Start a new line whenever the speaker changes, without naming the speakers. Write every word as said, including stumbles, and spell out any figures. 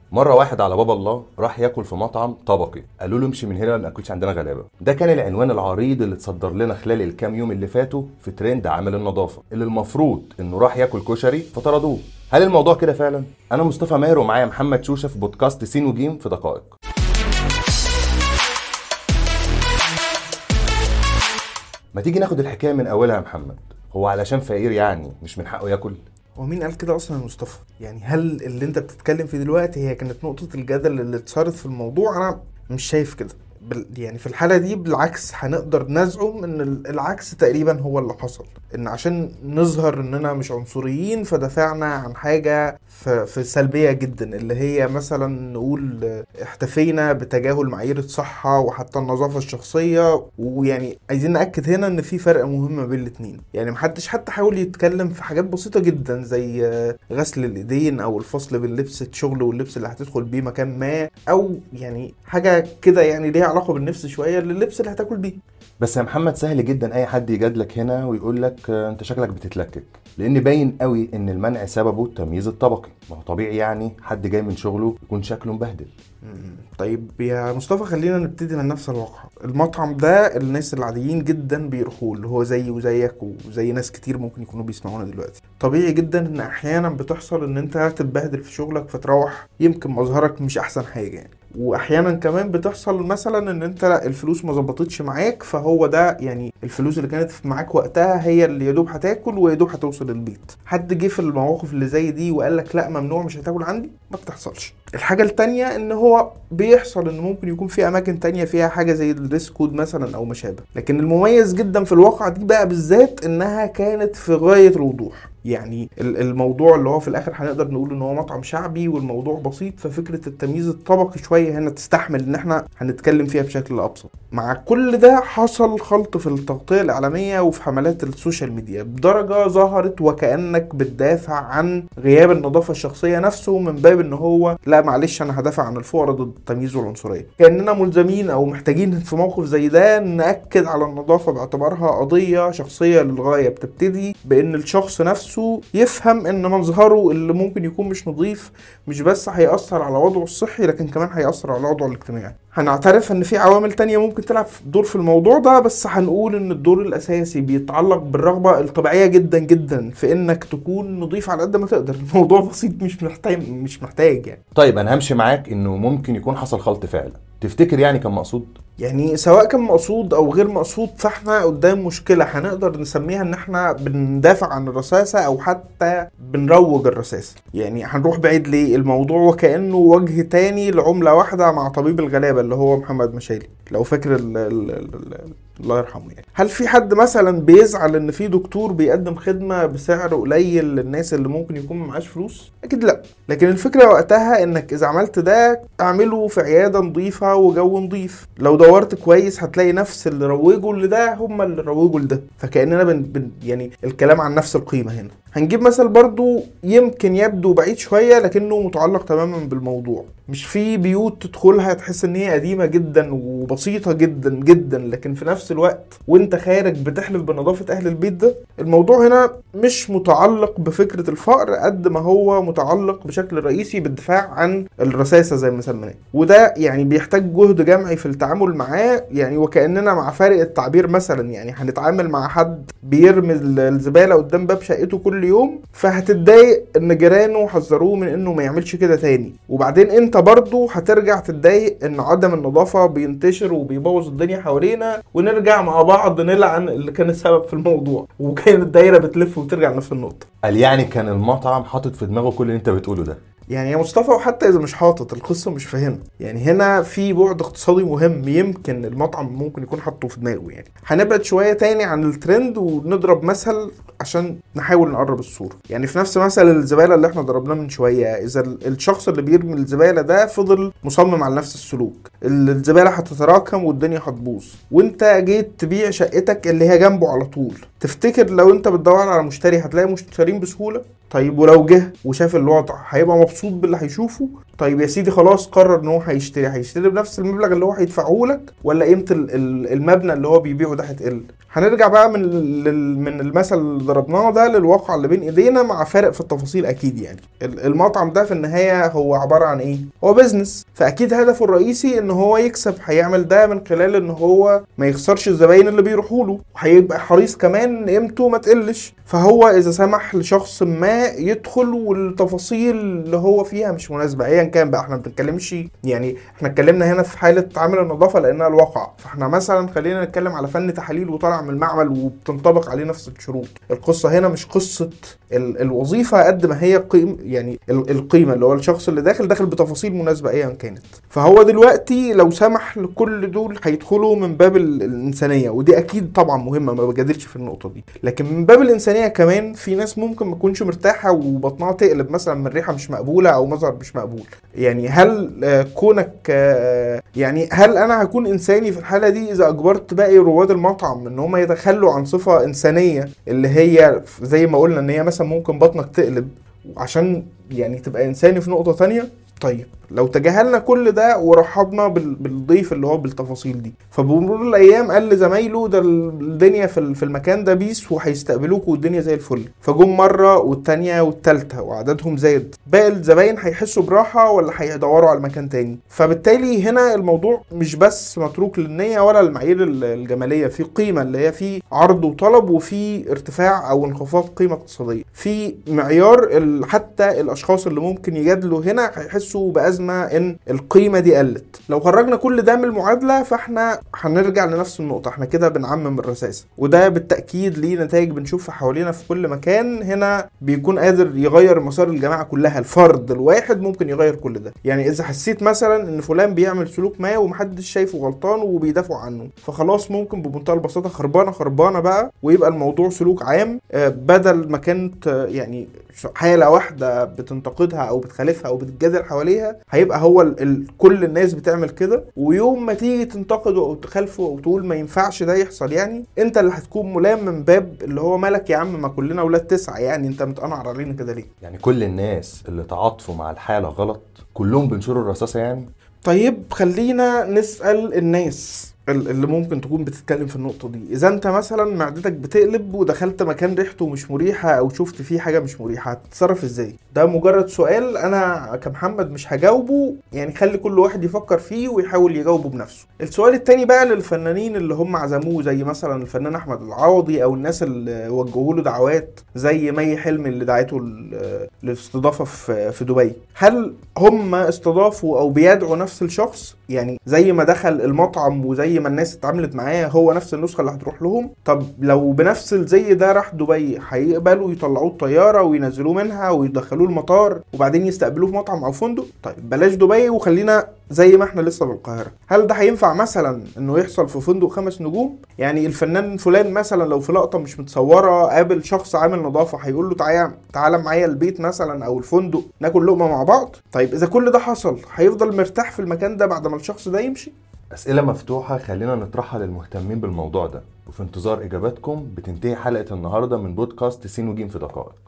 مره واحد على باب الله راح ياكل في مطعم طبقي، قالوا له امشي من هنا ما ناكلش عندنا غلابه. ده كان العنوان العريض اللي اتصدر لنا خلال الكام يوم اللي فاتوا في ترند عامل النظافه، اللي المفروض انه راح ياكل كشري فطردوه. هل الموضوع كده فعلا؟ انا مصطفى ماهر ومعايا محمد شوشه في بودكاست سين وجيم في دقائق. ما تيجي ناخد الحكايه من اولها يا محمد. هو علشان فقير يعني مش من حقه ياكل؟
ومين قال كده اصلا يا مصطفى؟ يعني هل اللي انت بتتكلم فيه دلوقتي هي كانت نقطة الجدل اللي اتثارت في الموضوع؟ انا مش شايف كده. بل يعني في الحالة دي بالعكس هنقدر نزعم ان العكس تقريبا هو اللي حصل، ان عشان نظهر اننا مش عنصريين فدافعنا عن حاجة في, في سلبية جدا، اللي هي مثلا نقول احتفينا بتجاهل معايير الصحة وحتى النظافة الشخصية. ويعني عايزين نأكد هنا ان في فرق مهم بين الاتنين. يعني محدش حتى حاول يتكلم في حاجات بسيطة جدا زي غسل الايدين او الفصل بين لبس الشغل واللبس اللي هتدخل بيه مكان ما، او يعني حاجة كده يعني ليها علاقة بالنفس شوية لللبس اللي هتاكل بيه.
بس يا محمد سهل جدا اي حد يجادلك هنا ويقول لك انت شكلك بتتلكك، لان باين قوي ان المنع سببه التمييز الطبقي. ما هو طبيعي يعني حد جاي من شغله يكون شكله مبهدل.
طيب يا مصطفى خلينا نبتدي من نفس الواقع. المطعم ده الناس العاديين جدا بيروحوا، اللي هو زي وزيك وزي ناس كتير ممكن يكونوا بيسمعونا دلوقتي. طبيعي جدا ان احيانا بتحصل ان انت تتبهدل في شغلك فتروح يمكن مظهرك مش احسن حاجة يعني. واحيانا كمان بتحصل مثلا ان انت الفلوس ما ظبطتش معاك، فهو ده يعني الفلوس اللي كانت معاك وقتها هي اللي يدوب هتاكل ويدوب هتوصل البيت. حد جه في المواقف اللي زي دي وقال لك لا ممنوع مش هتاكل عندي؟ ما بتحصلش. الحاجة التانية ان هو بيحصل ان ممكن يكون في اماكن تانية فيها حاجة زي الدريس كود مثلا او مشابه، لكن المميز جدا في الواقعة دي بقى بالذات انها كانت في غاية الوضوح. يعني الموضوع اللي هو في الاخر هنقدر نقول ان هو مطعم شعبي والموضوع بسيط، ففكرة التمييز الطبقي شوية هنا تستحمل ان احنا هنتكلم فيها بشكل ابسط. مع كل ده حصل خلط في التغطية الاعلامية وفي حملات السوشيال ميديا بدرجة ظهرت وكأنك بتدافع عن غياب النظافة الشخصية نفسه، من باب ان هو لا معلش انا هدافع عن الفقراء ضد التمييز والعنصرية. كأننا ملزمين او محتاجين في موقف زي ده نأكد على النظافة باعتبارها قضية شخصية للغاية، بتبتدي بان الشخص نفسه يفهم ان منظره اللي ممكن يكون مش نظيف مش بس هيأثر على وضعه الصحي لكن كمان هيأثر على وضعه الاجتماعي. هنعترف ان في عوامل تانية ممكن تلعب دور في الموضوع ده، بس هنقول ان الدور الاساسي بيتعلق بالرغبة الطبيعية جدا جدا في انك تكون نظيف على قد ما تقدر. الموضوع بسيط مش محتاج مش محتاج يعني.
طيب انا همشي معاك انه ممكن يكون حصل خلط فعلا. تفتكر يعني كان مقصود؟
يعني سواء كان مقصود او غير مقصود فاحنا قدام مشكلة هنقدر نسميها ان احنا بندافع عن الرصاصة او حتى بنروج الرصاصة. يعني هنروح بعيد ليه؟ الموضوع وكأنه وجه تاني لعملة واحدة مع طبيب الغلابة اللي هو محمد مشالي، لو فاكر ال ال ال الله يرحمه. يعني هل في حد مثلا بيزعل ان في دكتور بيقدم خدمة بسعر قليل للناس اللي ممكن يكون معاش فلوس؟ اكيد لا. لكن الفكرة وقتها انك اذا عملت ده اعمله في عيادة نظيفة وجو نظيف. لو دورت كويس هتلاقي نفس اللي روجوا لده هم اللي روجوا لده، فكأننا بن بن يعني الكلام عن نفس القيمة هنا. هنجيب مثل برضو يمكن يبدو بعيد شوية لكنه متعلق تماما بالموضوع. مش في بيوت تدخلها تحس ان هي قديمة جدا وبسيطة جدا جدا لكن في نفس الوقت وانت خارج بتحلف بنظافة اهل البيت ده؟ الموضوع هنا مش متعلق بفكرة الفقر قد ما هو متعلق بشكل رئيسي بالدفاع عن الرصاصة زي ما سميناه، وده يعني بيحتاج جهد جمعي في التعامل معاه. يعني وكأننا مع فارق التعبير مثلا يعني هنتعامل مع حد بيرمي الزبالة قدام باب شقته كل يوم، فهتتضايق ان جيرانه حذروه من انه ما يعملش كده تاني، وبعدين انت برضو هترجع تتضايق ان عدم النظافة بينتشر وبيبوظ الدنيا حوالينا، ونرجع مع بعض نلعن اللي كان السبب في الموضوع، وكانت الدايرة بتلف وترجع لنفس النقطة.
قال يعني كان المطعم حاطط في دماغه كل اللي انت بتقوله ده؟
يعني يا مصطفى وحتى اذا مش حاطط القصة مش فاهمة. يعني هنا في بعد اقتصادي مهم يمكن المطعم ممكن يكون حاطه في دماغه. يعني هنبعد شوية تاني عن الترند ونضرب مثل عشان نحاول نقرب الصورة. يعني في نفس مثل الزبالة اللي احنا ضربناه من شوية، اذا الشخص اللي بيرمي الزبالة ده فضل مصمم على نفس السلوك، الزبالة هتتراكم والدنيا هتبوظ، وانت جيت تبيع شقتك اللي هي جنبه على طول، تفتكر لو انت بتدور على مشتري هتلاقي مشترين بسهولة؟ طيب ولو جه وشاف الوضع هيبقى مبسوط باللي هيشوفه؟ طيب يا سيدي خلاص قرر ان هو هيشتري هيشتري بنفس المبلغ اللي هو هيدفعه لك، ولا قيمه المبنى اللي هو بيبيعه ده هتقل؟ هنرجع بقى من من المثل اللي ضربناه ده للواقع اللي بين ايدينا، مع فرق في التفاصيل اكيد. يعني المطعم ده في النهايه هو عباره عن ايه؟ هو بيزنس، فاكيد هدفه الرئيسي ان هو يكسب. هيعمل ده من خلال ان هو ما يخسرش الزباين اللي بيروحوا له، وهيبقى حريص كمان قيمته ما تقلش. فهو اذا سمح لشخص ما يدخل والتفاصيل اللي هو فيها مش مناسبه ايا كان بقى، احنا ما بنتكلمش يعني، احنا اتكلمنا هنا في حاله عامل النظافه لانها الواقع، فاحنا مثلا خلينا نتكلم على فن تحاليل وطالع من المعمل وبتنطبق عليه نفس الشروط. القصه هنا مش قصه ال الوظيفه قد ما هي قيم، يعني القيمه اللي هو الشخص اللي داخل داخل بتفاصيل مناسبه ايا كانت. فهو دلوقتي لو سمح لكل دول هيدخلوا من باب الانسانيه، ودي اكيد طبعا مهمه ما بجادلش في النقطه دي، لكن من باب الانسانيه كمان في ناس ممكن ما تكونش مرتاحه وبطنها تقلب مثلا من ريحه مش مقبوله او مظهر مش مقبول. يعني هل كونك يعني هل انا هكون انساني في الحاله دي اذا اجبرت باقي رواد المطعم ان هم يتخلوا عن صفه انسانيه اللي هي زي ما قلنا ان هي مثلا ممكن بطنك تقلب عشان يعني تبقى انساني في نقطه تانية؟ طيب لو تجاهلنا كل ده ورحبنا بالضيف اللي هو بالتفاصيل دي، فبمرور الايام قال لزمايله ده الدنيا في المكان ده بيس وهيستقبلوك والدنيا زي الفل، فجم مره والتانيه والتالته وعددهم زاد، باقي الزباين هيحسوا براحه ولا هيدوروا على مكان تاني؟ فبالتالي هنا الموضوع مش بس متروك للنيه ولا المعايير الجماليه، في قيمه اللي هي في عرض وطلب، وفي ارتفاع او انخفاض قيمه اقتصاديه، في معيار حتى الاشخاص اللي ممكن يجادلوا هنا هيحسوا بأزمة ان القيمة دي قلت. لو خرجنا كل ده من المعادلة فاحنا هنرجع لنفس النقطة، احنا كده بنعمم الرصاصة، وده بالتأكيد ليه نتائج بنشوفها حوالينا في كل مكان. هنا بيكون قادر يغير مسار الجماعة كلها، الفرد الواحد ممكن يغير كل ده. يعني اذا حسيت مثلا ان فلان بيعمل سلوك ما ومحدش شايفه غلطان وبيدافعوا عنه، فخلاص ممكن بمنتهى البساطة خربانة خربانة بقى، ويبقى الموضوع سلوك عام، بدل ما كانت يعني حالة واحدة بتنتقدها او بتخالفها او بتتجادل حواليها، هيبقى هو ال ال كل الناس بتعمل كده، ويوم ما تيجي تنتقده او تخالفه او تقول ما ينفعش ده يحصل، يعني انت اللي هتكون ملام من باب اللي هو مالك يا عم، ما كلنا ولاد تسعة، يعني انت متقنعر علينا كده ليه؟
يعني كل الناس اللي تعاطفوا مع الحالة غلط كلهم بنشروا الرصاصة يعني؟
طيب خلينا نسأل الناس اللي ممكن تكون بتتكلم في النقطة دي. إذا أنت مثلا معدتك بتقلب ودخلت مكان ريحته مش مريحة أو شفت فيه حاجة مش مريحة، هتتصرف إزاي؟ ده مجرد سؤال أنا كمحمد مش هجاوبه، يعني خلي كل واحد يفكر فيه ويحاول يجاوبه بنفسه. السؤال التاني بقى للفنانين اللي هم عزموه، زي مثلا الفنان أحمد العوضي أو الناس اللي وجهوا له دعوات زي مي حلمي اللي دعته للاستضافة في دبي، هل هم استضافوا أو بيدعوا نفس الشخص؟ يعني زي ما دخل المطعم وزي ما الناس اتعاملت معاه هو نفس النسخة اللي هتروح لهم؟ طب لو بنفس الزي ده راح دبي، هيقبلوا يطلعوه الطيارة وينزلوه منها ويدخلوه المطار وبعدين يستقبلوه في مطعم او فندق؟ طيب بلاش دبي وخلينا زي ما احنا لسه بالقاهرة. هل ده هينفع مثلا انه يحصل في فندق خمس نجوم؟ يعني الفنان فلان مثلا لو في لقطة مش متصورة قابل شخص عامل نظافة، هيقول له تعالى تعالى معايا البيت مثلا او الفندق ناكل لقمة مع بعض؟ طيب اذا كل ده حصل هيفضل مرتاح في المكان ده بعد ما الشخص ده يمشي؟
أسئلة مفتوحة خلينا نطرحها للمهتمين بالموضوع ده، وفي انتظار إجاباتكم بتنتهي حلقة النهاردة من بودكاست سين وجيم في دقائق.